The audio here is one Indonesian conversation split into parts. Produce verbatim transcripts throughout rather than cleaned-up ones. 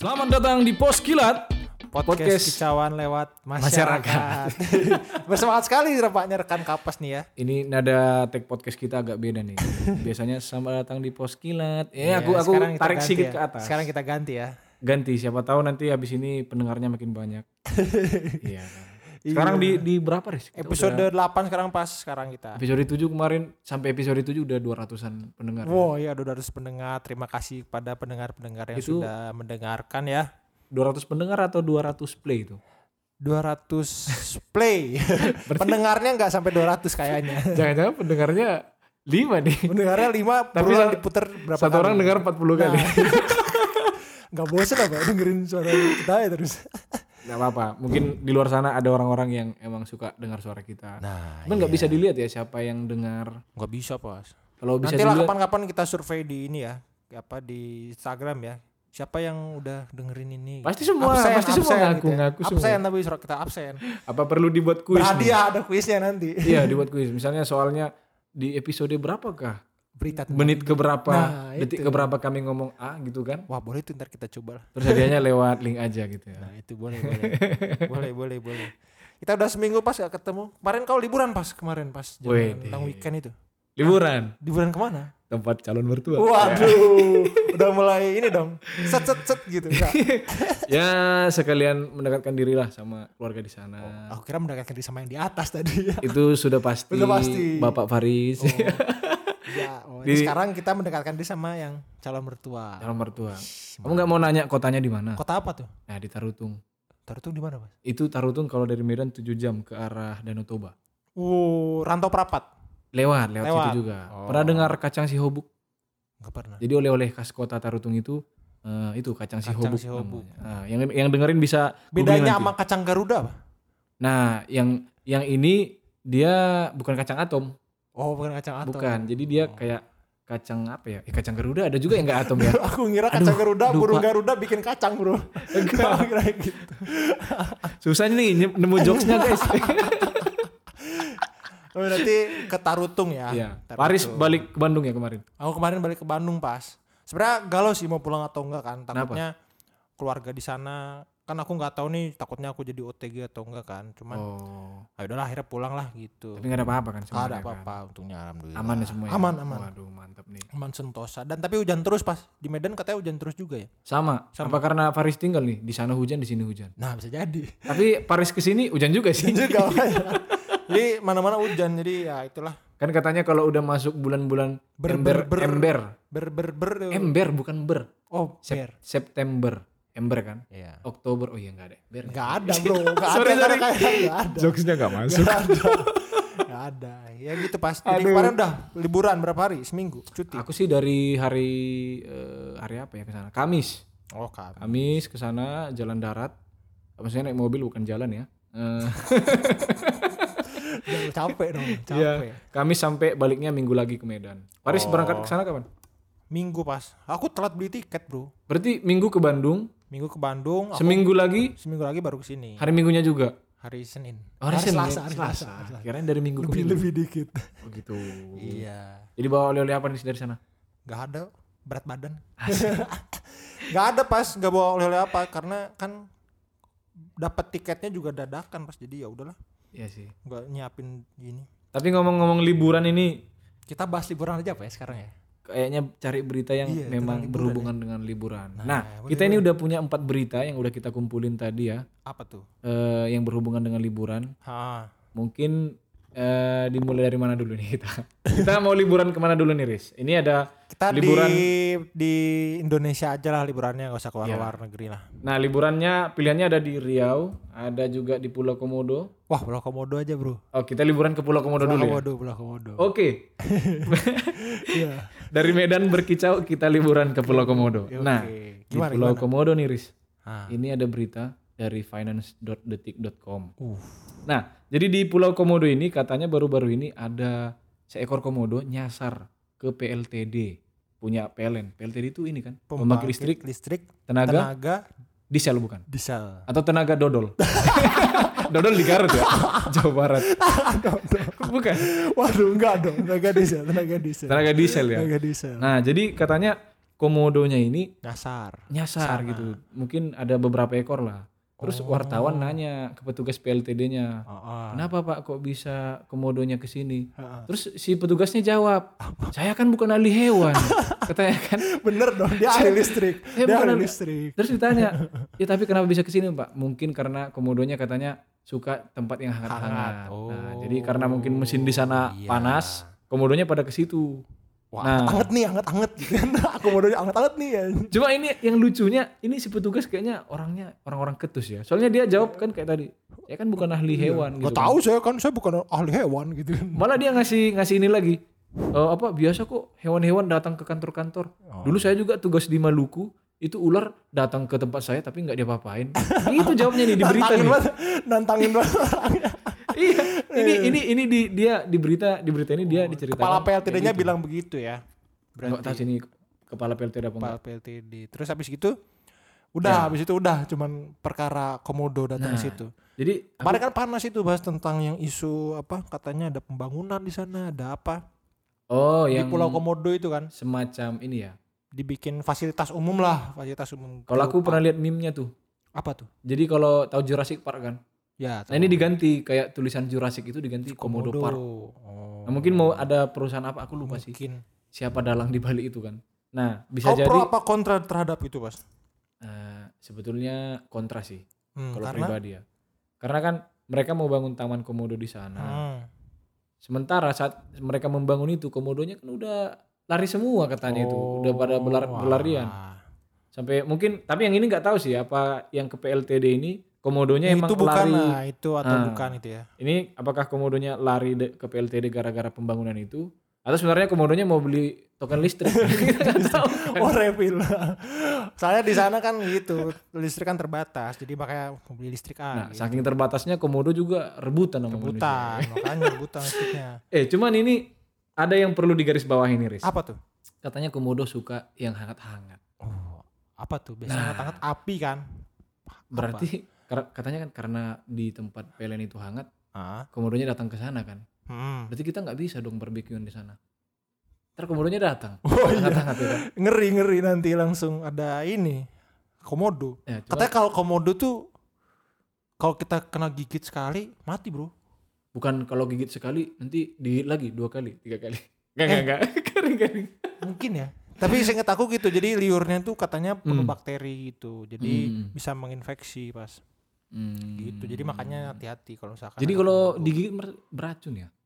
Selamat datang di Pos Kilat, podcast, podcast kicauan lewat masyarakat. Bersemangat sekali nampaknya rekan Kapas nih ya. Ini nada tag podcast kita agak beda nih. Biasanya selamat datang di Pos Kilat. Eh Iya, aku aku sekarang kita tarik ganti sedikit ya. ke atas. Sekarang kita ganti ya. Ganti, siapa tahu nanti habis ini pendengarnya makin banyak. Iya kan. Sekarang Iya. di di berapa Riz? Kita Episode udah- delapan sekarang pas sekarang kita. episode tujuh kemarin sampai episode tujuh udah dua ratusan pendengar. Wow, ya udah harus pendengar. Terima kasih kepada pendengar-pendengar yang Itu- sudah mendengarkan ya. dua ratus pendengar atau dua ratus play itu? dua ratus play. Pendengarnya enggak sampai dua ratus kayaknya. Jangan-jangan pendengarnya lima nih. Pendengarnya lima, Tapi berulang sa- diputer berapa Satu kali. orang dengar empat puluh kali. Nah. Enggak bosan apa dengerin suara kita ya terus. Nggak apa-apa. Mungkin di luar sana ada orang-orang yang emang suka dengar suara kita. Nah, Cuman nggak bisa dilihat ya siapa yang dengar. Enggak bisa, Pas. Kalau bisa Nanti lah dilihat, kapan-kapan kita survei di ini ya, apa di Instagram ya. Siapa yang udah dengerin ini? Pasti semua, pasti semua ngaku, ya. ngaku semua. Absen tapi surat kita absen. apa perlu dibuat kuis? nih? Berhadiah ada kuisnya nanti. Iya, dibuat kuis. Misalnya soalnya di episode berapakah? Berita tentang Menit ke berapa? Nah, detik itu. ke berapa kami ngomong A gitu kan? Wah, boleh tuh ntar kita coba lah. Terus hadiahnya lewat link aja gitu ya. Nah, itu boleh boleh. boleh boleh boleh. Kita udah seminggu pas gak ketemu. Kemarin kau liburan pas kemarin pas jalan Wede. tentang weekend itu. Liburan, Liburan kemana? tempat calon mertua. Waduh, udah mulai ini dong. Set set set gitu. Enggak. Ya sekalian mendekatkan diri lah sama keluarga di sana. Aku kira mendekatkan diri sama yang di atas tadi. Itu sudah pasti. Sudah pasti. Bapak Faris. Oh. Ya, oh, Di- ini sekarang kita mendekatkan diri sama yang calon mertua. Calon mertua. Kamu nggak mau nanya kotanya di mana? Kota apa tuh? Nah di Tarutung. Tarutung di mana, Mas? Itu Tarutung kalau dari Medan tujuh jam ke arah Danau Toba. Uh, Rantau Prapat. Lewat, lewat, Lewat. situ juga. Oh. Pernah dengar kacang sihobuk? Enggak pernah. Jadi oleh-oleh khas kota Tarutung itu eh, itu kacang, Kacang sihobuk. sihobuk. namanya. Nah, yang yang dengerin bisa googling Bedanya nanti. sama kacang Garuda apa? Nah, yang yang ini dia bukan kacang atom, Oh, bukan kacang atom. bukan. Jadi dia Oh. kayak kacang apa ya? Eh, kacang Garuda ada juga yang enggak atom ya. Aku ngira kacang Aduh, Garuda, lupa. burung Garuda bikin kacang, Bro. Enggak. Aku kira gitu. Susah nih nye- nemu jokesnya guys. Oh, berarti ke Tarutung ya. Iya. Tarutung. Paris balik ke Bandung ya kemarin. Aku kemarin balik ke Bandung pas. Sebenarnya galau sih mau pulang atau enggak kan. Kenapa? Takutnya keluarga di sana kan aku nggak tahu nih, takutnya aku jadi O T G atau enggak kan. Cuman Oh. ayo udahlah akhirnya pulang lah gitu. Tapi nggak ada apa-apa kan Nggak sebenarnya ada kan? apa-apa untungnya alhamdulillah. Aman ya semua ya? Aman aman. Waduh mantap nih. Aman sentosa. Dan tapi hujan terus pas di Medan katanya hujan terus juga ya. Sama. Sama. Apa karena Paris tinggal nih di sana hujan di sini hujan. Nah bisa jadi. Tapi Paris ke sini hujan juga sih. juga makanya. Jadi mana-mana hujan jadi ya itulah. Kan katanya kalau udah masuk bulan-bulan Ber- ember ber- ber- ember. Ber ber ber. Ember bukan ber. Oh Sep- ber. September. Ember kan? Iya. Oktober. Oh iya enggak ada. Ember. Nggak ada bro. Nggak ada. Sorry, sorry. Karena kayak nggak ada. Jokesnya enggak masuk. Nggak ada. Nggak ada. Ya gitu pas. Jadi Aduh. kemarin udah liburan berapa hari? Seminggu. Cuti. Aku sih dari hari eh, hari apa ya ke sana? Kamis. Oh kan. Kamis ke sana jalan darat. Maksudnya naik mobil bukan jalan ya. Eh, Jangan capek dong. Capek. iya. Kamis sampai baliknya minggu lagi ke Medan. Paris Oh. berangkat ke sana kapan? Minggu pas. Aku telat beli tiket bro. Berarti minggu ke Bandung, Minggu ke Bandung. Aku seminggu lagi seminggu lagi baru kesini. hari minggunya juga. Hari Senin. Oh, hari Senin, Selasa. Hari Selasa. Selasa. Selasa. Kirain dari minggu ke Lebih minggu. lebih dikit. Oh gitu. Iya. Jadi bawa oleh-oleh apa nih dari sana? Gak ada berat badan. Gak ada pas gak bawa oleh-oleh apa karena kan dapat tiketnya juga dadakan pas jadi ya udahlah Iya sih. nggak nyiapin gini. Tapi ngomong-ngomong liburan ini Kita bahas liburan aja apa ya sekarang ya? kayaknya cari berita yang Iya, memang tentang liburan berhubungan dengan liburan. Nah, Nah, boleh, kita ini udah punya empat berita yang udah kita kumpulin tadi ya, Apa tuh? eh, yang berhubungan dengan liburan. Ha. Mungkin eh, dimulai dari mana dulu nih kita? Kita mau liburan kemana dulu nih, Riz? Ini ada Kita liburan. di di Indonesia aja lah liburannya, nggak usah keluar Iya. luar negeri lah. Nah, liburannya pilihannya ada di Riau, ada juga di Pulau Komodo. Wah, Pulau Komodo aja bro. Oh, kita liburan ke Pulau Komodo Pulau dulu ya. Komodo, Pulau Komodo. Oke. Iya. Dari Medan berkicau kita liburan ke Pulau Komodo. Oke. Nah, Gimana, di Pulau gimana? Komodo nih, Riz. Ah. Ini ada berita dari finance dot detik dot com. Uh. Nah, jadi di Pulau Komodo ini katanya baru-baru ini ada seekor komodo nyasar ke P L T D, punya P L N. P L T D itu ini kan, pembangkit listrik, listrik, tenaga, tenaga diesel bukan? diesel. Atau tenaga dodol. Dodol di Garut ya, Jawa Barat. Bukan. Waduh, enggak dong. Tenaga diesel, tenaga diesel. Tenaga diesel ya. Tenaga diesel. Nah, jadi katanya komodonya ini Nyasar. nyasar Sana. gitu. Mungkin ada beberapa ekor lah. Terus Oh. wartawan nanya ke petugas P L T D-nya, Oh, oh. kenapa Pak kok bisa komodonya ke sini? Heeh. Terus si petugasnya jawab, saya kan bukan ahli hewan. Katanya kan. Bener dong, dia ahli listrik. Eh, Dia bukan ahli ahli- listrik. Terus ditanya, ya tapi kenapa bisa ke sini Pak? Mungkin karena komodonya katanya suka tempat yang hangat-hangat. Hangat. Nah, jadi karena mungkin mesin di sana iya. panas, komodonya pada ke situ. Wah, Nah. anget nih, anget-anget gitu kan. Komodonya anget-anget nih ya. Cuma ini yang lucunya, ini si petugas kayaknya orangnya orang-orang ketus ya. Soalnya dia jawab kan kayak tadi, ya kan bukan ahli hewan gitu. Gak kan. tahu saya kan, saya bukan ahli hewan gitu. Malah dia ngasih ngasih ini lagi. Eh, apa biasa kok hewan-hewan datang ke kantor-kantor. Dulu saya juga tugas di Maluku, itu ular datang ke tempat saya tapi nggak diapa-apain. Itu jawabnya nih di berita Nantangin nih. banget, nantangin banget orangnya. Iya, ini ini ini di dia di berita di berita ini dia diceritakan. Kepala P L T D-nya kayak gitu. bilang begitu ya. Nggak tahu sini kepala P L T D apa Kepala enggak. P L T D. Terus habis gitu udah, Ya. habis itu udah cuman perkara komodo datang Nah, situ. Jadi aku- Kemarin kan panas itu bahas tentang yang isu apa katanya ada pembangunan di sana, ada apa oh di yang Pulau Komodo itu kan semacam ini ya. dibikin fasilitas umum lah, fasilitas umum. Kalau aku Lupa. pernah lihat meme-nya tuh. Apa tuh? Jadi kalau tahu Jurassic Park kan. Ya. Nah ini diganti kayak tulisan Jurassic itu diganti Komodo, Park. Oh. Nah, mungkin mau ada perusahaan apa aku lupa sih. Mungkin. Siapa dalang di balik itu kan. Nah, bisa Kau jadi pro apa kontra terhadap itu, Mas? eh, sebetulnya kontra sih Hmm, kalau karena pribadi ya. Karena kan mereka mau bangun taman komodo di sana. Hmm. Sementara saat mereka membangun itu komodonya kan udah lari semua katanya itu. Oh, Udah pada belar, berlarian. wah. Sampai mungkin tapi yang ini nggak tahu sih apa yang ke P L T D ini komodonya emang Itu bukan lari. lah, itu atau Ah. bukan itu ya? Ini apakah komodonya lari de- ke P L T D gara-gara pembangunan itu? Atau sebenarnya komodonya mau beli token listrik? Kita nggak tahu. Oh, refill. Soalnya di sana kan gitu, listrik kan terbatas, jadi makanya mau beli listrik Nah, ah. gitu. saking terbatasnya komodo juga rebutan sama manusia. Rebutan, makanya rebutan listriknya. Eh, cuman ini ada yang perlu digarisbawahi nih, Riz. Apa tuh? Katanya komodo suka yang hangat-hangat. Oh, apa tuh? Biasanya Nah. hangat-hangat api kan? Berarti kar- katanya kan karena di tempat P L N itu hangat, Ah. komodonya datang ke sana kan. Hmm. Berarti kita nggak bisa dong barbekyuan di sana. Ntar komodonya datang. Oh iya. Hangat-hangat ya kan. Ngeri-ngeri nanti langsung ada ini. Komodo. Ya, cuman- Katanya kalau komodo tuh kalau kita kena gigit sekali mati, Bro. bukan kalau gigit sekali nanti digigit lagi dua kali, tiga kali. Enggak, Eh. enggak, enggak. Garing-garing. Mungkin ya. Tapi seingat aku gitu. Jadi liurnya tuh katanya penuh Hmm. bakteri gitu. Jadi Hmm. bisa menginfeksi pas Hmm. gitu. Jadi makanya hati-hati kalau misalkan. Jadi ada kalau komodo. digigit mer- beracun ya?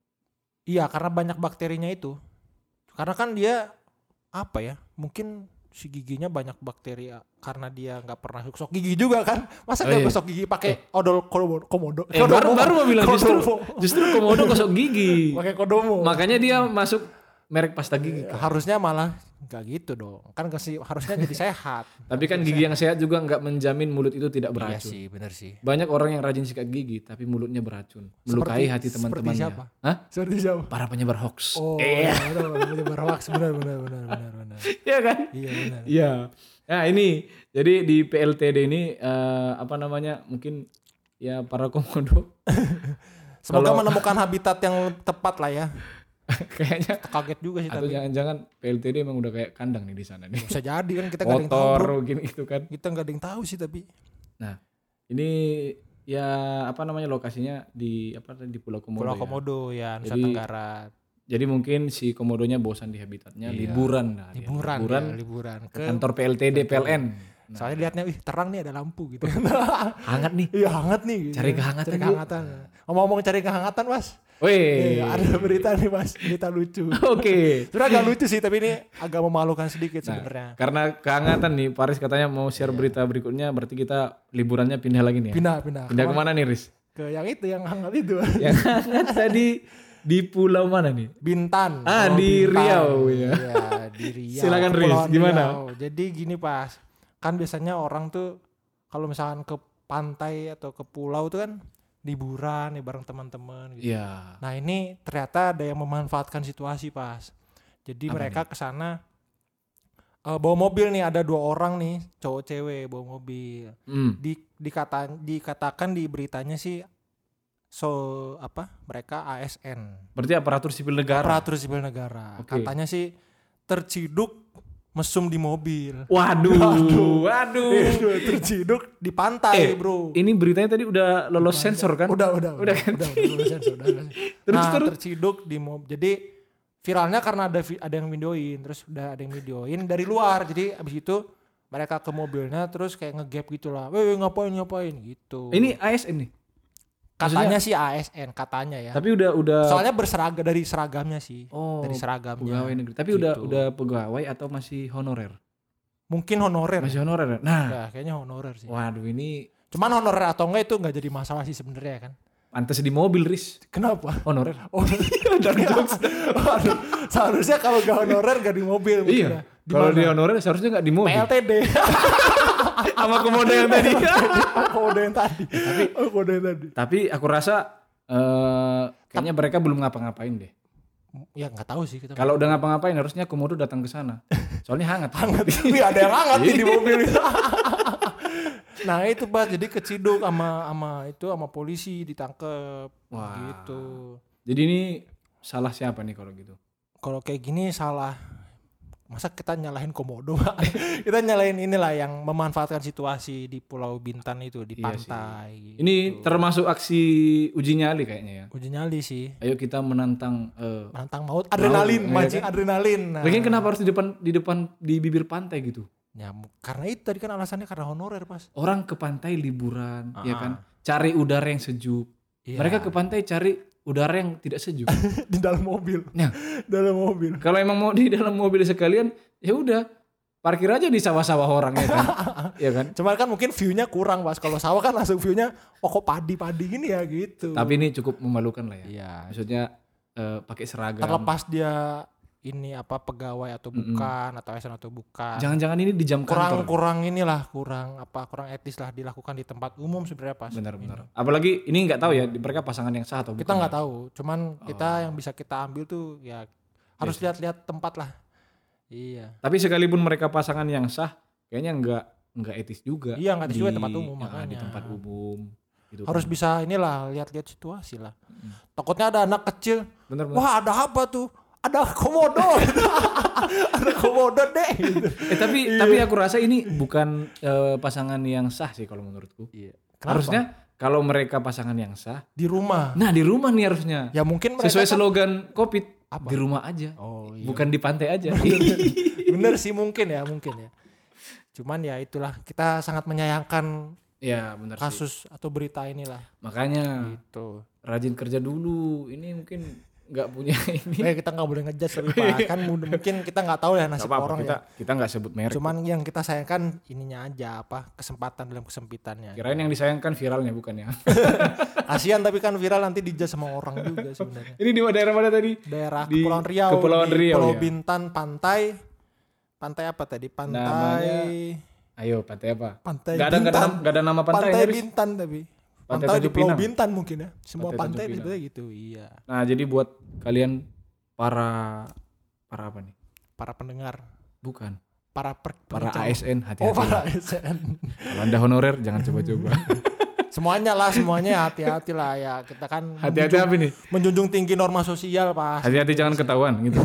Iya, karena banyak bakterinya itu. Karena kan dia apa ya? Mungkin si giginya banyak bakteri ya, karena dia nggak pernah gosok gigi juga kan. Masa Oh dia iya. gosok gigi pakai odol komodo? komodo. Eh, baru baru mau bilang justru Kodomo. justru komodo gosok gigi. Pakai kodomo. Makanya dia masuk merek pasta gigi. kan. Harusnya malah nggak gitu dong. Kan kasih harusnya jadi sehat. Tapi kan gigi yang sehat juga nggak menjamin mulut itu tidak Iya beracun. sih, benar sih. Banyak orang yang rajin sikat gigi tapi mulutnya beracun, melukai Seperti- hati seperti teman-temannya. siapa? Hah? Seperti siapa? Para penyebar hoax. Oh, Iya, benar benar benar hoax, benar benar benar benar benar. iya kan? Iya benar. Iya. Nah ini jadi di P L T D ini eh, apa namanya mungkin ya para komodo Semoga Kalau- menemukan habitat yang tepat lah ya. kayaknya Kaget juga sih atau tapi. jangan-jangan P L T D emang udah kayak kandang nih di sana nih. Bisa jadi kan kita nggak ada yang tahu. Kotor Bro. gini gitu kan. Kita nggak ada yang tahu sih tapi. Nah, ini ya apa namanya lokasinya di apa di Pulau Komodo. Pulau ya. Komodo ya, Nusa Jadi, Tenggara. Jadi mungkin si komodonya bosan di habitatnya, Iya. liburan nah, dia. Liburan, liburan ya, liburan ke kantor P L T D P L N. Nah, Soalnya lihatnya, wih terang nih ada lampu gitu. hangat nih. Iya hangat nih. Gitu. Cari kehangatan Cari yuk. kehangatan. Ngomong-ngomong cari kehangatan mas. Weh. Eh, ada berita nih mas, berita lucu. Oke. Sebenarnya agak lucu sih, tapi ini agak memalukan sedikit Nah, sebenarnya. karena kehangatan nih, Paris katanya mau share berita berikutnya, berarti kita liburannya pindah lagi nih ya. Pindah, pindah. Pindah kemana nih, Riz? Ke yang itu, yang hangat itu. Yang hangat tadi di pulau mana nih? Bintan. Ah, Pulau di Bintan. Riau, ya. Iya, di Riau. Silakan, Riz, Kepulauan gimana? Riau. Jadi gini pas, kan biasanya orang tuh kalau misalkan ke pantai atau ke pulau tuh kan liburan nih bareng teman-teman gitu. Iya. Nah ini ternyata ada yang memanfaatkan situasi pas. Jadi Apa mereka ke sana eh, bawa mobil nih, ada dua orang nih cowok cewek bawa mobil. Hmm. Di dikata, dikatakan di beritanya sih so apa mereka A S N, Berarti aparatur sipil negara. aparatur sipil negara. Oke. Katanya sih terciduk mesum di mobil. Waduh, waduh. Itu terciduk di pantai, Eh, bro. Ini beritanya tadi udah lolos sensor kan? Udah, udah, Udah kan? udah, udah, udah, sensor, udah, udah. Terus, Nah, terus? terciduk di mobil. Jadi viralnya karena ada vi- ada yang videoin, terus udah ada yang videoin dari luar. Jadi abis itu mereka ke mobilnya terus kayak ngegap gitulah. Weh, ngapain ngapain gitu. Ini A S N nih. katanya sih A S N katanya ya. Tapi udah udah Soalnya berseragam dari seragamnya sih. oh, dari seragamnya. pegawai negeri. Tapi Gitu. udah udah pegawai atau masih honorer? Mungkin honorer. Masih honorer. ya? Nah, Ya, kayaknya honorer sih. waduh ini Cuman honorer atau enggak itu enggak jadi masalah sih sebenarnya kan. pantas di mobil, Riz. Kenapa? Honorer. Oh, dark jokes. Waduh, seharusnya kalau gak honorer gak di mobil. Iya. Di Kalau mana? dia honorer seharusnya nggak di P mobil. L T D. Sama komodo yang tadi. Kode yang tadi. Tapi oh, kode yang tadi. Tapi aku rasa eh kayaknya mereka belum ngapa-ngapain deh. Ya nggak tahu sih kita. Kalau udah ngapa-ngapain harusnya komodo datang ke sana. Soalnya hangat. hangat. Tapi ada yang hangat nih di mobil. Nah itu Pak, jadi keciduk sama sama itu sama polisi ditangkep. Wah. Gitu. Jadi ini salah siapa nih kalau gitu? Kalau kayak gini salah. Masa kita nyalahin komodo? Kita nyalahin inilah yang memanfaatkan situasi di Pulau Bintan itu di Iya pantai. Gitu. Ini termasuk aksi uji nyali kayaknya ya. uji nyali sih. Ayo kita menantang eh Menantang maut, adrenalin, Maut, mancing iya kan? adrenalin. Nah. Lagian kenapa harus di depan di depan di bibir pantai gitu? Ya, karena itu tadi kan alasannya karena honorer Pas. Orang ke pantai liburan, ya Ah. kan? Cari udara yang sejuk. Iya. Mereka ke pantai cari udara yang tidak sejuk. Di dalam mobil. Ya. Dalam mobil. Kalau emang mau di dalam mobil sekalian, ya udah parkir aja di sawah-sawah orang ya kan? Ya kan? Cuman kan mungkin view-nya kurang Pas. Kalau sawah kan langsung view-nya oh kok padi-padi gini ya gitu. Tapi ini cukup memalukan lah ya. Iya. Maksudnya eh, pakai seragam. Terlepas dia ini apa pegawai atau bukan atau A S N atau bukan. Jangan-jangan ini di jam kurang kantor. kurang inilah kurang apa kurang etis lah dilakukan di tempat umum sebenarnya Pas. Benar-benar. Apalagi ini nggak tahu ya mereka pasangan yang sah atau bukan. Kita nggak ya. tahu. Cuman kita yang bisa kita ambil tuh ya harus lihat-lihat tempat lah. Iya. Tapi sekalipun mereka pasangan yang sah, kayaknya nggak nggak etis juga. Iya, nggak etis di- juga tempat umum, ya, makanya. di tempat umum. Gitu Harus kan. bisa inilah lihat-lihat situasi lah. Takutnya ada anak kecil. Bener-bener. Wah, ada apa tuh? Ada komodo. Ada komodo deh gitu. Eh tapi tapi aku rasa ini bukan eh, pasangan yang sah sih kalau menurutku. Iya. Harusnya kalau mereka pasangan yang sah, di rumah. nah di rumah nih harusnya. Ya mungkin mereka Sesuai kan- slogan Covid, Apa? di rumah aja. Oh iya. Bukan di pantai aja. Bener sih mungkin ya, mungkin ya. Cuman ya itulah kita sangat menyayangkan Ya benar sih. kasus atau berita inilah. Makanya Gitu. rajin kerja dulu. Ini mungkin nggak punya ini. Eh kita nggak boleh ngejudge tapi Pak. Kan mud- mungkin kita nggak tahu ya Nggak nasib apa-apa, orang kita ya. kita nggak sebut merek. Cuman yang kita sayangkan ininya aja apa kesempatan dalam kesempitannya. Kirain yang disayangkan viralnya bukan ya. Kasihan tapi kan viral nanti dijudge sama orang juga sebenarnya. Ini di daerah mana tadi? Daerah Di Kepulauan Riau, Kepulauan di Riau, Pulau ya. Bintan, pantai, pantai apa tadi? Pantai, Namanya- Ayo pantai apa? pantai Gak ada, nggak ada, Bintan. nggak ada nama pantai. Pantai Haris. Bintan tapi. Pantai Pantai, di Tanjung Pulau Pinang. Bintan mungkin ya. Semua Pantai pantai, Tanjung sebenarnya gitu. Iya. Nah jadi buat kalian para para apa nih? Para pendengar, Bukan. para per, Para perencana. A S N hati-hati. Oh, para A S N. Kalau anda honorer jangan coba-coba. Semuanya lah, semuanya hati-hati lah ya. Kita kan Hati-hati menjunjung- apa nih? menjunjung tinggi norma sosial, Pak. Hati-hati jangan ketahuan gitu.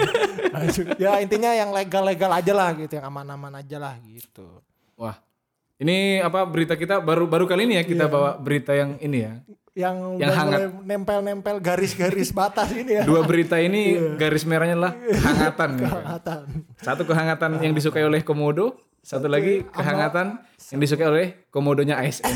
Ya intinya yang legal-legal aja lah gitu, yang aman-aman aja lah gitu. Wah. Ini apa berita kita baru baru kali ini ya kita Iya. bawa berita yang ini ya. Yang, Yang udah hangat. mulai nempel-nempel garis-garis batas ini ya. Dua berita ini garis merahnya lah kehangatan. gitu. Kehangatan. Satu kehangatan yang disukai oleh Komodo, satu lagi kehangatan yang disukai oleh Komodonya A S N.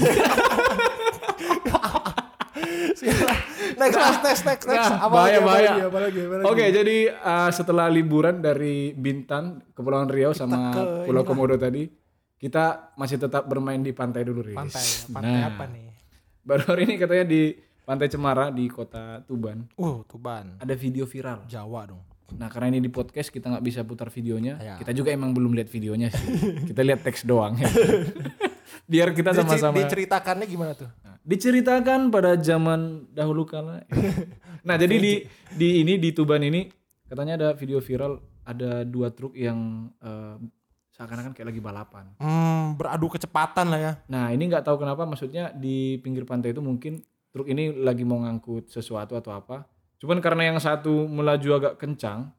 Next, next, next, next, next. Nah, Apa bahaya, lagi, apa bahaya. lagi, apa lagi, apa lagi? Oke, jadi uh, setelah liburan dari Bintan, Kepulauan Riau sama ke Pulau inilah. Komodo tadi, kita masih tetap bermain di pantai dulu, Riz. Pantai, pantai Nah, apa nih? baru hari ini katanya di Pantai Cemara di kota Tuban Uh, Tuban, ada video viral. Jawa dong. Nah, karena ini di podcast kita nggak bisa putar videonya. Ya. Kita juga emang belum lihat videonya sih. Kita lihat teks doang. Ya. Biar kita Dicer- sama-sama. Diceritakannya gimana tuh? Nah, diceritakan pada zaman dahulu kala. Nah, jadi di di ini di Tuban ini katanya ada video viral, ada dua truk yang eh, seakan-akan kayak lagi balapan. Hmm, beradu kecepatan lah ya. Nah, ini nggak tahu kenapa maksudnya di pinggir pantai itu mungkin truk ini lagi mau ngangkut sesuatu atau apa. Cuman karena yang satu melaju agak kencang,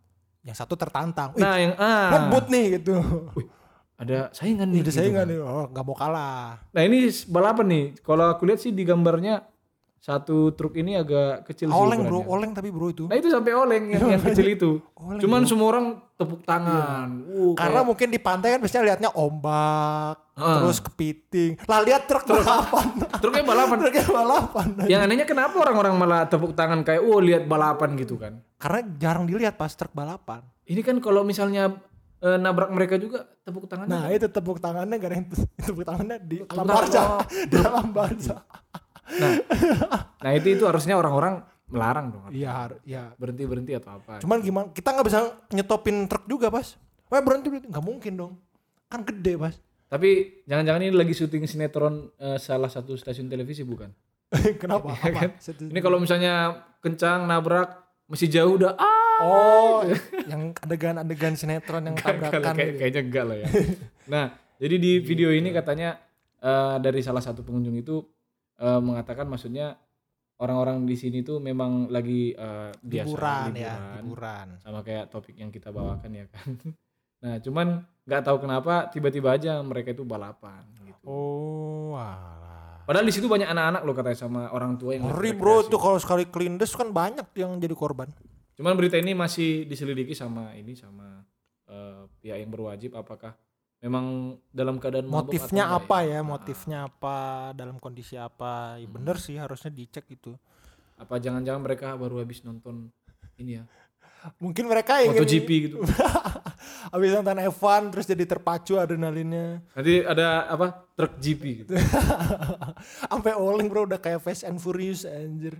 yang satu tertantang. Wih, Nah, yang ah, ngebut nih gitu. wih, ada saingan nih. Ada gitu saingan kan. nih, oh nggak mau kalah. Nah, ini balapan nih. Kalau aku lihat sih di gambarnya satu truk ini agak kecil sih Oleng bro, ukurannya. oleng tapi bro itu. Nah, itu sampai oleng yang, yang kecil itu. Oleng, Cuman bro. semua orang tepuk tangan. Uh, Karena kayak- mungkin di pantai kan biasanya liatnya ombak, Ah. terus kepiting. Lah lihat truk balapan. truknya balapan. Truknya balapan. Yang anehnya kenapa orang-orang malah tepuk tangan kayak, "Oh, lihat balapan" gitu kan. Karena jarang dilihat pas truk balapan. Ini kan kalau misalnya eh, nabrak mereka juga tepuk tangannya. Nah itu tepuk tangannya gak ada yang tepuk tangannya di alam tangan, barzah. oh. Di alam barzah. Nah, nah itu itu harusnya orang-orang melarang dong. Iya, har- ya. Berhenti berhenti atau apa? Cuman gimana? Kita nggak bisa nyetopin truk juga pas. Wah berhenti berhenti nggak mungkin dong. Kan gede pas. Tapi jangan-jangan ini lagi syuting sinetron eh, salah satu stasiun televisi bukan? Kenapa? Iya Apa? kan? Ini kalau misalnya kencang nabrak masih jauh udah ah. Oh, yang adegan-adegan sinetron yang Enggak, enggak lah, tabrakan. kayak, gitu. kayaknya enggak lah ya. Nah, jadi di video ini katanya eh, dari salah satu pengunjung itu eh, mengatakan maksudnya orang-orang di sini tuh memang lagi eh, biasa Liburan ya, liburan. liburan. Sama kayak topik yang kita bawakan ya kan. Nah, cuman nggak tahu kenapa tiba-tiba aja mereka itu balapan gitu. Oh, alah. Padahal di situ banyak anak-anak loh katanya sama orang tua yang Ngeri lagi bro rekreasi. tuh kalau sekali kelindes kan banyak yang jadi korban. Cuman berita ini masih diselidiki sama ini sama eh, pihak yang berwajib apakah memang dalam keadaan mabuk Motifnya atau apa enggak ya? Ah, Motifnya apa? Dalam kondisi apa? Ya, bener sih harusnya dicek itu. apa jangan-jangan mereka baru habis nonton ini ya Mungkin mereka ingin MotoGP gitu. habis nonton F satu terus jadi terpacu adrenalinnya. Nanti ada apa truk G P gitu. Sampai oleng bro udah kayak Fast and Furious anjir.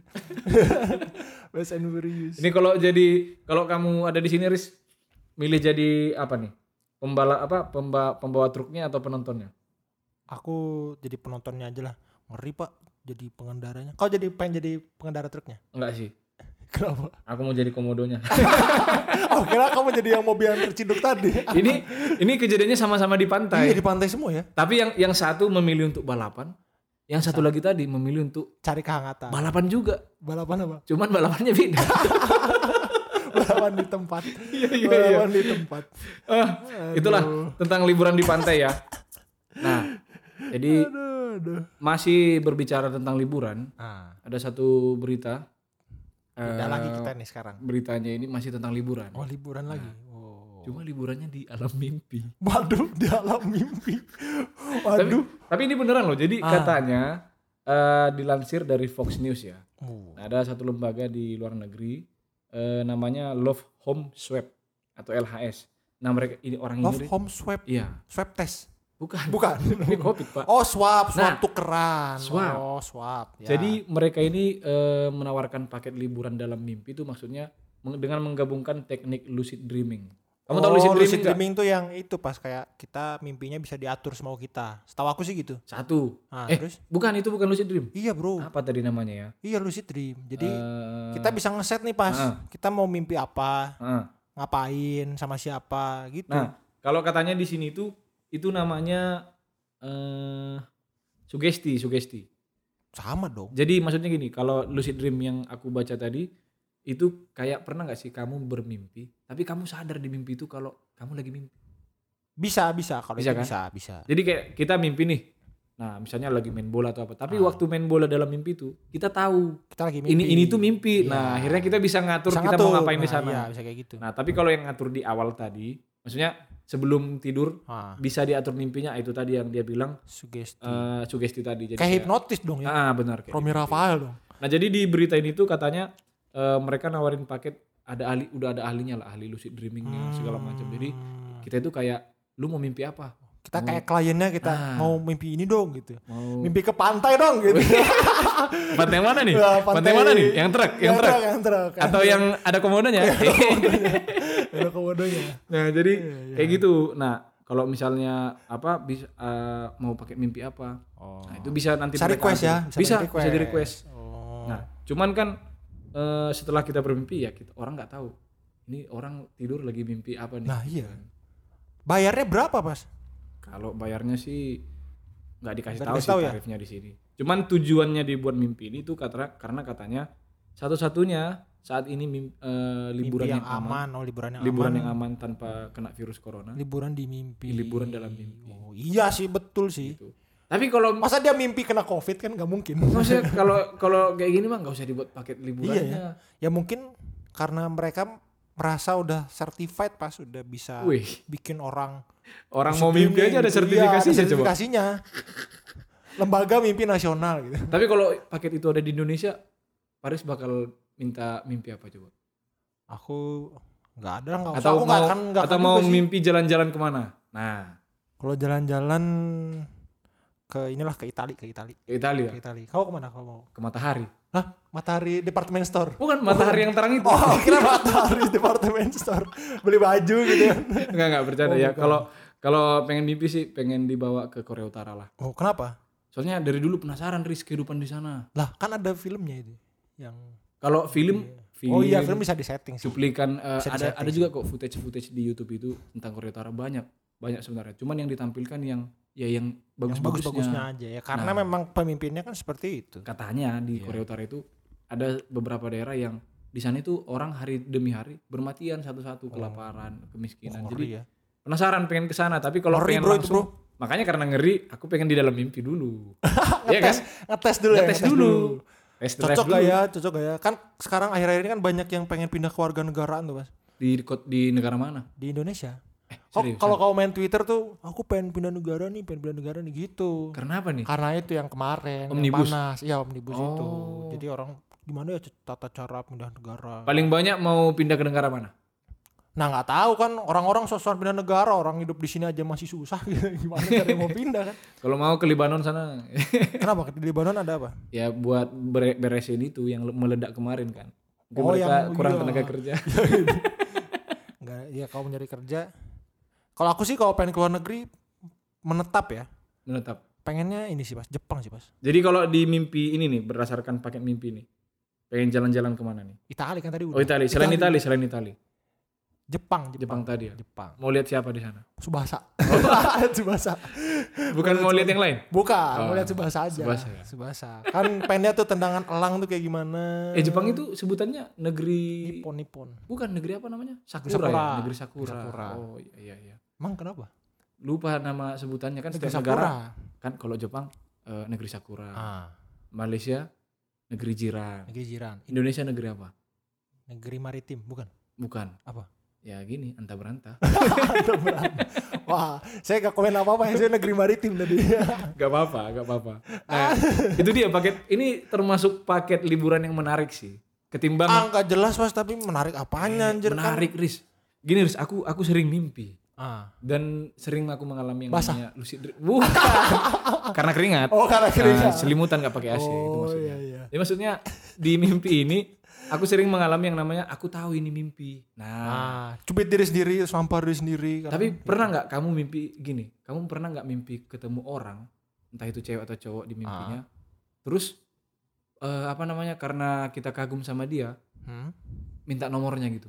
Fast and Furious. Ini kalau jadi kalau kamu ada di sini Riz, milih jadi apa nih? Pembalap apa? Pemba, pembawa truknya atau penontonnya? Aku jadi penontonnya aja lah. Ngeri pak jadi pengendaranya. Kau jadi pengen jadi pengendara truknya? Enggak sih. Kenapa? Aku mau jadi komodonya. Oh kira kamu jadi yang mobil yang terciduk tadi. ini ini kejadiannya sama-sama di pantai. Iya di pantai semua ya. Tapi yang yang satu memilih untuk balapan, yang satu lagi tadi memilih untuk Cari kehangatan. balapan juga. Balapan apa? Cuman balapannya beda. Balapan di tempat. Iya, iya, Balapan di tempat. Ah, itulah tentang liburan di pantai ya. Nah, jadi Aduh, aduh. masih berbicara tentang liburan, Ah, ada satu berita. pindah eh, lagi kita nih sekarang. Beritanya ini masih tentang liburan. Oh liburan lagi. Oh. Cuma liburannya di alam mimpi. Waduh di alam mimpi. Tapi, Waduh. tapi ini beneran loh. Jadi Ah. katanya eh, dilansir dari Fox News ya. Oh. Nah, ada satu lembaga di luar negeri eh, namanya Love Home Swap atau L H S. Nah mereka ini orang Love ini. home swab. Iya. Swab test. Bukan. Bukan. Ini COVID pak. Oh swab, swab Nah, tukeran. swab. Oh swab. Ya. Jadi mereka ini eh, menawarkan paket liburan dalam mimpi itu maksudnya meng- dengan menggabungkan teknik lucid dreaming. Kamu tahu oh, lucid dreaming lucid nggak? dreaming tuh yang itu pas kayak kita mimpinya bisa diatur semau kita. Setahu aku sih gitu. Satu. Nah, eh, terus? bukan itu bukan lucid dream. Iya bro. Apa tadi namanya ya? Iya lucid dream. Jadi Eh, kita bisa ngeset nih pas ah. kita mau mimpi apa, ah. ngapain, sama siapa gitu. Nah, kalau katanya di sini tuh itu namanya eh sugesti, sugesti. Sama dong. Jadi maksudnya gini, kalau lucid dream yang aku baca tadi itu kayak pernah nggak sih kamu bermimpi, tapi kamu sadar di mimpi itu kalau kamu lagi mimpi. Bisa bisa kalau Bisa itu kan? bisa bisa. Jadi kayak kita mimpi nih. Nah, misalnya lagi main bola atau apa. Tapi Ah. waktu main bola dalam mimpi itu kita tahu Kita lagi mimpi. ini ini tuh mimpi. Iya. Nah, akhirnya kita bisa ngatur Bisa kita ngatur. mau ngapain di Nah, sana. Iya, bisa kayak gitu. Nah, tapi kalau yang ngatur di awal tadi, maksudnya sebelum tidur Ah, bisa diatur mimpinya itu tadi yang dia bilang sugesti. eh, sugesti tadi. Jadi kayak hipnotis dong ya. Ah, benar kayak Romi gitu. Rafael dong. Nah, jadi di berita ini tuh katanya eh, mereka nawarin paket ada ahli udah ada ahlinya lah, ahli lucid dreamingnya segala macam. Jadi Hmm. kita itu kayak lu mau mimpi apa? kita mau- kayak kliennya kita Ah. mau mimpi ini dong gitu. Mau Mimpi ke pantai dong gitu. pantai yang mana nih? Ya, pantai, mana nih? Yang truk, yang truk. yang truk. Atau yang ada komodonya? Ada komodonya. Nah, jadi Iya, iya. kayak gitu. Nah, kalau misalnya apa bisa eh, mau pakai mimpi apa? Oh. Nah, itu bisa nanti Bisa mereka request ya? atur. Bisa, bisa di request. Oh. Nah, cuman kan eh, setelah kita bermimpi ya kita orang nggak tahu. Ini orang tidur lagi mimpi apa nih? Nah, iya. Bayarnya berapa, Pas? Kalau bayarnya sih nggak dikasih Nggak tahu dikasih sih tahu ya? tarifnya di sini. Cuman tujuannya dibuat mimpi ini tuh kata, karena katanya satu-satunya saat ini mim- eh, liburan Mimpi yang, aman, oh liburan yang liburan aman. yang aman tanpa kena virus corona. Liburan di mimpi. Liburan dalam mimpi. Oh, iya sih betul sih. Gitu. Tapi kalau Masa dia mimpi kena covid kan nggak mungkin. maksudnya kalau kalau kayak gini mah nggak usah dibuat paket liburannya. Iya ya. Ya mungkin karena mereka merasa udah certified pas udah bisa Wih. bikin orang Orang mau mimpi aja ada sertifikasinya, iya, ada coba. sertifikasinya. Lembaga Mimpi Nasional gitu. Tapi kalau paket itu ada di Indonesia, Paris bakal minta mimpi apa coba? Aku nggak ada nggak usah. Atau Aku mau nggak akan nggak atau akan mau juga sih. mimpi jalan-jalan kemana? Nah, Kalau jalan-jalan ke inilah ke Itali ke Itali ke Italia, ke Itali. Kau kemana kau mau? ke Matahari. Hah? Matahari Department Store. Bukan Matahari yang terang itu. Oh, kira Matahari Department Store. Beli baju gitu kan. Enggak enggak bercanda Oh, ya. bukan. Kalau kalau pengen mimpi sih pengen dibawa ke Korea Utara lah. Oh, kenapa? Soalnya dari dulu penasaran Riz kehidupan di sana. Lah, kan ada filmnya itu yang Kalau film, film Oh iya, film bisa disetting sih. cuplikan eh, Bisa ada disetting ada juga kok footage-footage di YouTube itu tentang Korea Utara banyak banyak sebenarnya. Cuman yang ditampilkan yang ya yang Yang bagus-bagusnya. bagus-bagusnya aja ya. Karena Nah. memang pemimpinnya kan seperti itu. Katanya di Iya. Korea Utara itu ada beberapa daerah yang di sana itu orang hari demi hari bermatian satu-satu kelaparan, kemiskinan. Oh, Jadi ngeri ya. penasaran pengen ke sana, tapi kalau Ngeri, pengen bro, itu, langsung makanya karena ngeri, aku pengen di dalam mimpi dulu. Iya kan? Ngetes, ngetes dulu ya. Ngetes dulu. Tes drive Cocok dulu. gak ya? Cocok gak ya? Kan sekarang akhir-akhir ini kan banyak yang pengen pindah ke warga negaraan tuh, Mas. Di di negara mana? Di Indonesia. Eh, Kok serius? kalau kau main Twitter tuh, aku pengen pindah negara nih, pengen pindah negara nih gitu. Karena apa nih? Karena itu yang kemarin, yang Omnibus. panas. Iya, omnibus itu. Oh. Jadi orang gimana ya tata cara pindah negara. Paling banyak mau pindah ke negara mana? Nah nggak tahu kan orang-orang sosokan pindah negara, orang hidup di sini aja masih susah gitu. Gimana cara mau pindah kan? Kalau mau ke Lebanon sana, Kenapa di Lebanon ada apa? ya buat bere- beresin itu yang meledak kemarin kan. Mungkin Oh, mereka yang- kurang iya. tenaga kerja. Enggak, ya kau mencari kerja. Kalau aku sih kalau pengen keluar negeri menetap ya. Menetap. Pengennya ini sih Mas, Jepang sih Mas. Jadi kalau di mimpi ini nih berdasarkan paket mimpi nih, pengen jalan-jalan kemana nih? Itali kan tadi udah. Oh Italia, selain Italia, selain Italia. Jepang, Jepang Jepang, tadi ya. Jepang. Mau lihat siapa di sana? Subasa. Subasa. Bukan mau lihat yang lain? Bukan, Oh, mau lihat Subasa aja. Tsubasa ya? Subasa. Kan pengennya tuh tendangan elang tuh kayak gimana. Eh Jepang itu sebutannya negeri Nippon Nippon. bukan negeri apa namanya? Sakura, Sakura. ya, negeri Sakura. Sakura. Oh iya iya iya. Emang kenapa? Lupa nama sebutannya kan Negeri setiap Sakura. negara. Kan kalau Jepang eh, negeri Sakura. Ah, Malaysia negeri jiran. negeri jiran. Indonesia negeri apa? Negeri maritim, bukan? Bukan. Apa? Ya gini, antah berantah. Wah, saya gak komen apa-apa ya, saya negeri maritim tadi. Gak apa-apa, gak apa-apa. Nah, itu dia paket ini termasuk paket liburan yang menarik sih. Ketimbang Ah, gak jelas Mas, tapi menarik apanya anjir kan? menarik, Riz. Gini, Riz, aku aku sering mimpi Ah. dan sering aku mengalami yang Basah? namanya lucid dream. Bukan. Karena keringat. Oh, karena keringat. Nah, selimutan gak pakai A C itu Oh, maksudnya. iya, iya. Jadi maksudnya di mimpi ini aku sering mengalami yang namanya aku tahu ini mimpi. Nah, Ah, cubit diri sendiri, sampah diri sendiri. tapi pernah nggak kamu mimpi gini? Kamu pernah nggak mimpi ketemu orang, entah itu cewek atau cowok di mimpinya, terus eh, apa namanya? Karena kita kagum sama dia, Hmm? minta nomornya gitu.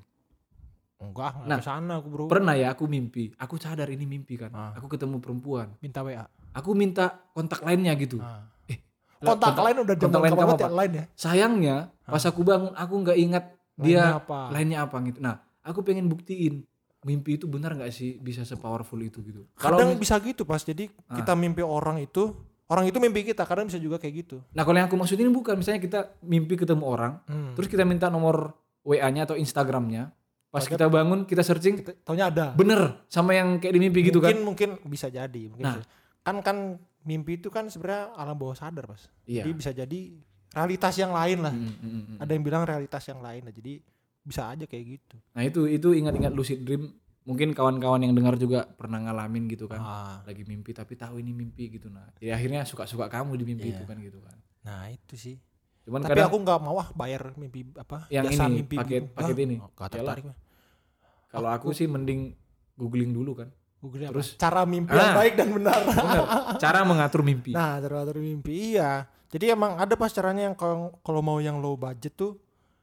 Enggak, enggak Nah, kesana aku bro. Pernah ya aku mimpi, aku sadar ini mimpi kan. Ah. Aku ketemu perempuan, Minta W A. aku minta kontak lainnya gitu. Ah. Eh, Kontak, lain udah kontak zaman lain kamu kamu apa? lain ya. Sayangnya pas aku bangun aku nggak ingat Lainnya dia apa? lainnya apa gitu. Nah, aku pengen buktiin mimpi itu benar nggak sih bisa sepowerful itu gitu. Kadang mis- bisa gitu pas. Jadi Ah. kita mimpi orang itu, orang itu mimpi kita. Kadang bisa juga kayak gitu. Nah kalau yang aku maksudin bukan misalnya kita mimpi ketemu orang, Hmm. terus kita minta nomor W A-nya atau Instagramnya, pas Pakai- kita bangun kita searching, Kita, taunya ada. bener sama yang kayak di mimpi gitu mungkin kan? mungkin bisa jadi. Mungkin Nah. bisa. Kan kan mimpi itu kan sebenarnya alam bawah sadar Mas. Iya. Jadi bisa jadi realitas yang lain lah. Mm, mm, mm, mm. Ada yang bilang realitas yang lain lah. Jadi bisa aja kayak gitu. Nah itu itu ingat-ingat lucid dream, mungkin kawan-kawan yang dengar juga pernah ngalamin gitu kan, Ah. lagi mimpi tapi tahu ini mimpi gitu. Nah, jadi akhirnya suka-suka kamu di mimpi Iya. itu kan gitu kan. Nah itu sih. Cuman Tapi kadang aku nggak mau ah bayar mimpi apa? yang jasa ini mimpi paket gitu. paket Ah, ini. oh, nggak Yalah. tertarik mah. Kalau aku sih mending googling dulu kan. Google Terus- terus cara mimpi Ah. yang baik dan benar. Bener. Cara mengatur mimpi. Nah, teratur mimpi iya. Jadi emang ada pas caranya yang kalau kalau mau yang low budget tuh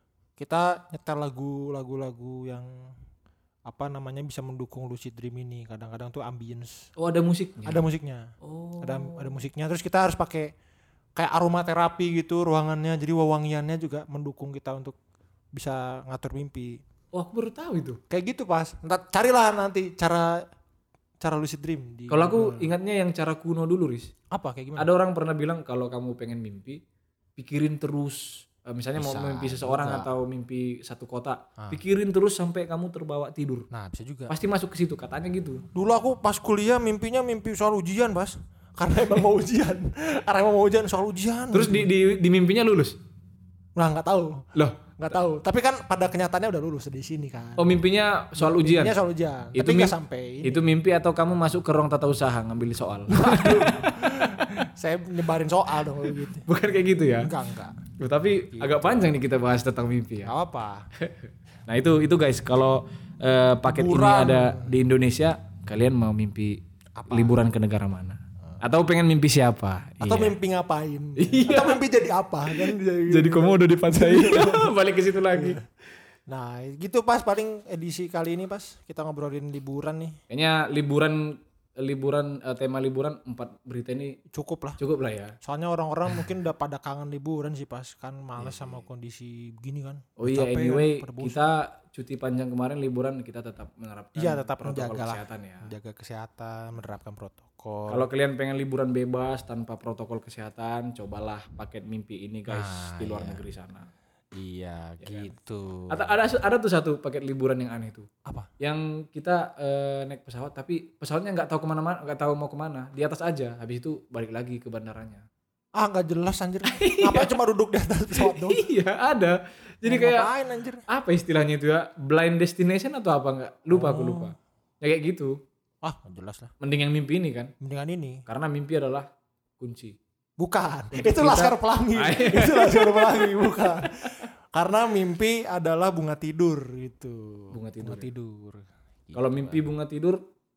kita nyetel lagu lagu-lagu yang apa namanya bisa mendukung lucid dream ini. Kadang-kadang tuh ambience. Oh ada musiknya. Ada musiknya. Oh. Ada ada musiknya terus kita harus pakai kayak aromaterapi gitu ruangannya, jadi wewangiannya juga mendukung kita untuk bisa ngatur mimpi. Oh, aku baru tahu itu. Kayak gitu pas. Ntar carilah nanti cara cara lucid dream. Di Kalau aku ingatnya yang cara kuno dulu, Riz. apa kayak gimana? Ada orang pernah bilang kalau kamu pengen mimpi, pikirin terus. Uh, misalnya Bisa mau mimpi seseorang juga. atau mimpi satu kota, Ah. pikirin terus sampai kamu terbawa tidur. Nah bisa juga. Pasti masuk ke situ, katanya gitu. Dulu aku pas kuliah mimpinya mimpi soal ujian pas. Karena emang mau ujian. Karena emang mau ujian soal ujian. Terus di, di, di mimpinya lulus? Nah nggak tahu. Loh, Nggak tahu. Tapi kan pada kenyataannya udah lulus di sini kan. oh mimpinya soal ujian? Mimpinya soal ujian. Itu Tapi nggak mim- sampai. Itu mimpi atau kamu masuk ke ruang tata usaha ngambil soal? Saya nyebarin soal dong kalau gitu. Bukan kayak gitu ya? Enggak enggak. Loh, tapi agak panjang nih kita bahas tentang mimpi ya. Nggak apa. Nah itu itu guys, kalau eh, paket ini Liburan. ada di Indonesia, kalian mau mimpi liburan ke negara mana? Atau pengen mimpi siapa? Atau Iya. mimpi ngapain? Atau mimpi jadi apa kan? Jadi komodo dipasai. Balik ke situ lagi. Nah gitu pas paling edisi kali ini pas kita ngobrolin liburan nih. Kayaknya liburan liburan eh, tema liburan empat berita ini Cukup lah. cukup lah ya. Soalnya orang-orang mungkin udah pada kangen liburan sih pas kan males sama kondisi begini kan. Oh iya, Capek anyway kan, pada bosan. kita cuti panjang kemarin liburan kita tetap menerapkan Iya tetap protokol menjaga lah. kesehatan ya. Menjaga kesehatan, menerapkan protokol. Kalau kalian pengen liburan bebas tanpa protokol kesehatan, cobalah paket mimpi ini guys Ah, di luar iya. negeri sana. Iya gitu. Ada, ada ada tuh satu paket liburan yang aneh tuh. Apa? Yang kita eh, naik pesawat tapi pesawatnya nggak tahu kemana-mana, nggak tahu mau kemana, di atas aja. Habis itu balik lagi ke bandaranya. Ah nggak jelas anjir. Apa cuma duduk di atas pesawat dong? Iya ada. Jadi Mau kayak ngapain anjir? apa istilahnya itu ya? Blind destination atau apa nggak? Lupa aku Oh. lupa. Ya kayak gitu. Ah nggak jelas lah. Mending yang mimpi ini kan, Mendingan ini. karena mimpi adalah kunci. Bukan. Untuk Itu kita- Laskar Pelangi. Ah, iya. Itu Laskar Pelangi bukan. Karena mimpi adalah bunga tidur gitu. Bunga tidur ya? tidur. Kalau Gitu. mimpi bunga tidur,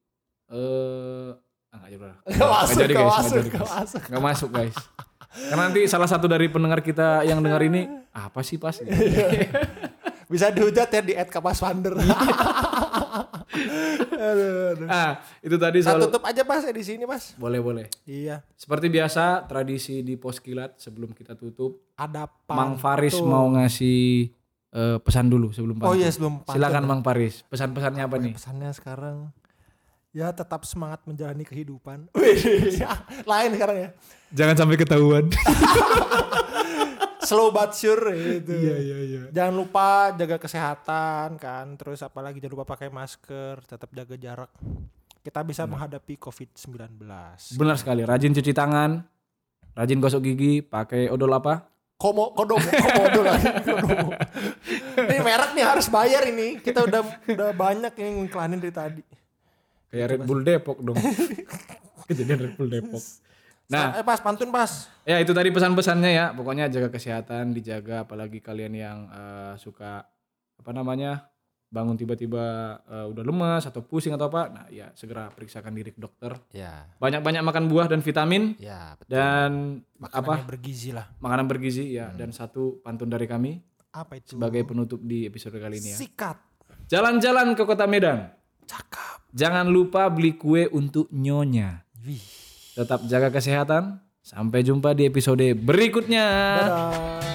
eh ah, nggak jadi lah. Nggak Nggak masuk, jadi, nggak guys, masuk, nggak jadi, nggak guys. masuk. Nggak masuk guys. Karena nanti salah satu dari pendengar kita yang dengar ini apa sih pas? Bisa dihujat ya di et kapas Vander. Aduh, aduh. Ah itu tadi Nah, soal. tutup aja pas di sini pas. Boleh boleh. Iya. Seperti biasa tradisi di Pos Kilat sebelum kita tutup, Ada Mang Faris pantun. mau ngasih eh, pesan dulu sebelum Oh pantun. iya sebelum pantun. Silakan Mang Faris. Pesan-pesannya apa nih? Pesannya sekarang ya tetap semangat menjalani kehidupan. Wih, lain sekarang ya. Jangan sampai ketahuan. Slow but sure gitu. iya iya. Jangan lupa jaga kesehatan kan. Terus apalagi jangan lupa pakai masker, tetap jaga jarak. Kita bisa menghadapi covid sembilan belas. Benar sekali. Rajin cuci tangan, rajin gosok gigi, pakai odol apa? Komo kodomo komodo lagi. Kodomo. Ini merek nih harus bayar ini. Kita udah udah banyak yang ngiklanin dari tadi. Kayak Red Bull Depok dong. Kejadian Red Bull Depok. Nah, eh pas pantun pas. ya itu tadi pesan-pesannya ya. Pokoknya jaga kesehatan, dijaga apalagi kalian yang eh, suka apa namanya? bangun tiba-tiba eh, udah lemas atau pusing atau apa. Nah, ya segera periksakan diri ke dokter. Ya, Banyak-banyak makan buah dan vitamin ya betul. dan Makanan apa? yang bergizi lah. Makanan bergizi ya, dan satu pantun dari kami Apa itu? sebagai penutup di episode kali ini ya. Sikat. Jalan-jalan ke Kota Medan. Cakep. Jangan lupa beli kue untuk nyonya. Wih. Tetap jaga kesehatan. Sampai jumpa di episode berikutnya. Dadah.